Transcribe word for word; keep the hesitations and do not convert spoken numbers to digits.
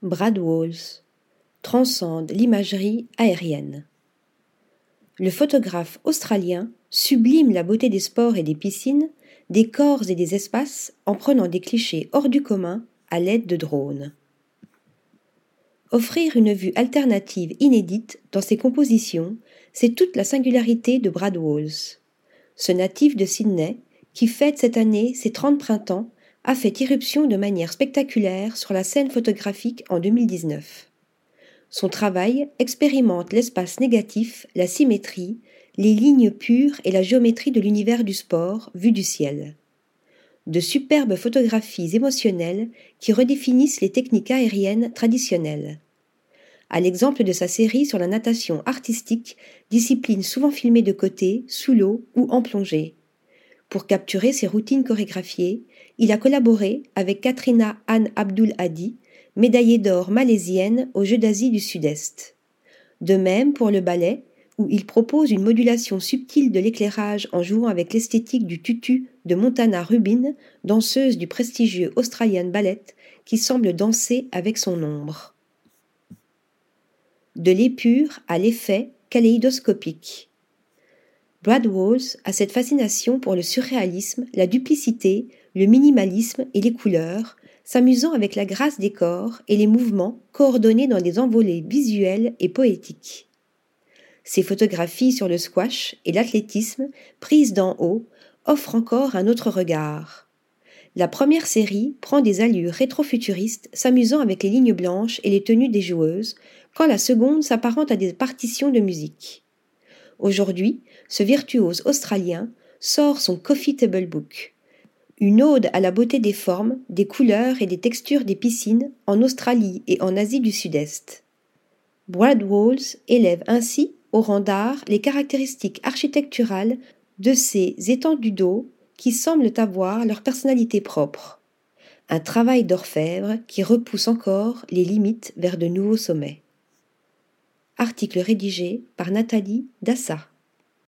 Brad Walls transcende l'imagerie aérienne. Le photographe australien sublime la beauté des sports et des piscines, des corps et des espaces en prenant des clichés hors du commun à l'aide de drones. Offrir une vue alternative inédite dans ses compositions, c'est toute la singularité de Brad Walls. Ce natif de Sydney, qui fête cette année ses trente printemps, a fait irruption de manière spectaculaire sur la scène photographique en deux mille dix-neuf. Son travail expérimente l'espace négatif, la symétrie, les lignes pures et la géométrie de l'univers du sport vu du ciel. De superbes photographies émotionnelles qui redéfinissent les techniques aériennes traditionnelles. À l'exemple de sa série sur la natation artistique, discipline souvent filmée de côté, sous l'eau ou en plongée. Pour capturer ses routines chorégraphiées, il a collaboré avec Katrina Ann Abdul Hadi, médaillée d'or malaisienne aux Jeux d'Asie du Sud-Est. De même pour le ballet, où il propose une modulation subtile de l'éclairage en jouant avec l'esthétique du tutu de Montana Rubin, danseuse du prestigieux Australian Ballet, qui semble danser avec son ombre. De l'épure à l'effet kaléidoscopique. Brad Walls a cette fascination pour le surréalisme, la duplicité, le minimalisme et les couleurs, s'amusant avec la grâce des corps et les mouvements coordonnés dans des envolées visuelles et poétiques. Ses photographies sur le squash et l'athlétisme, prises d'en haut, offrent encore un autre regard. La première série prend des allures rétrofuturistes, s'amusant avec les lignes blanches et les tenues des joueuses, quand la seconde s'apparente à des partitions de musique. Aujourd'hui, ce virtuose australien sort son Coffee Table Book, une ode à la beauté des formes, des couleurs et des textures des piscines en Australie et en Asie du Sud-Est. Brad Walls élève ainsi au rang d'art les caractéristiques architecturales de ces étendues d'eau qui semblent avoir leur personnalité propre. Un travail d'orfèvre qui repousse encore les limites vers de nouveaux sommets. Article rédigé par Nathalie Dassa.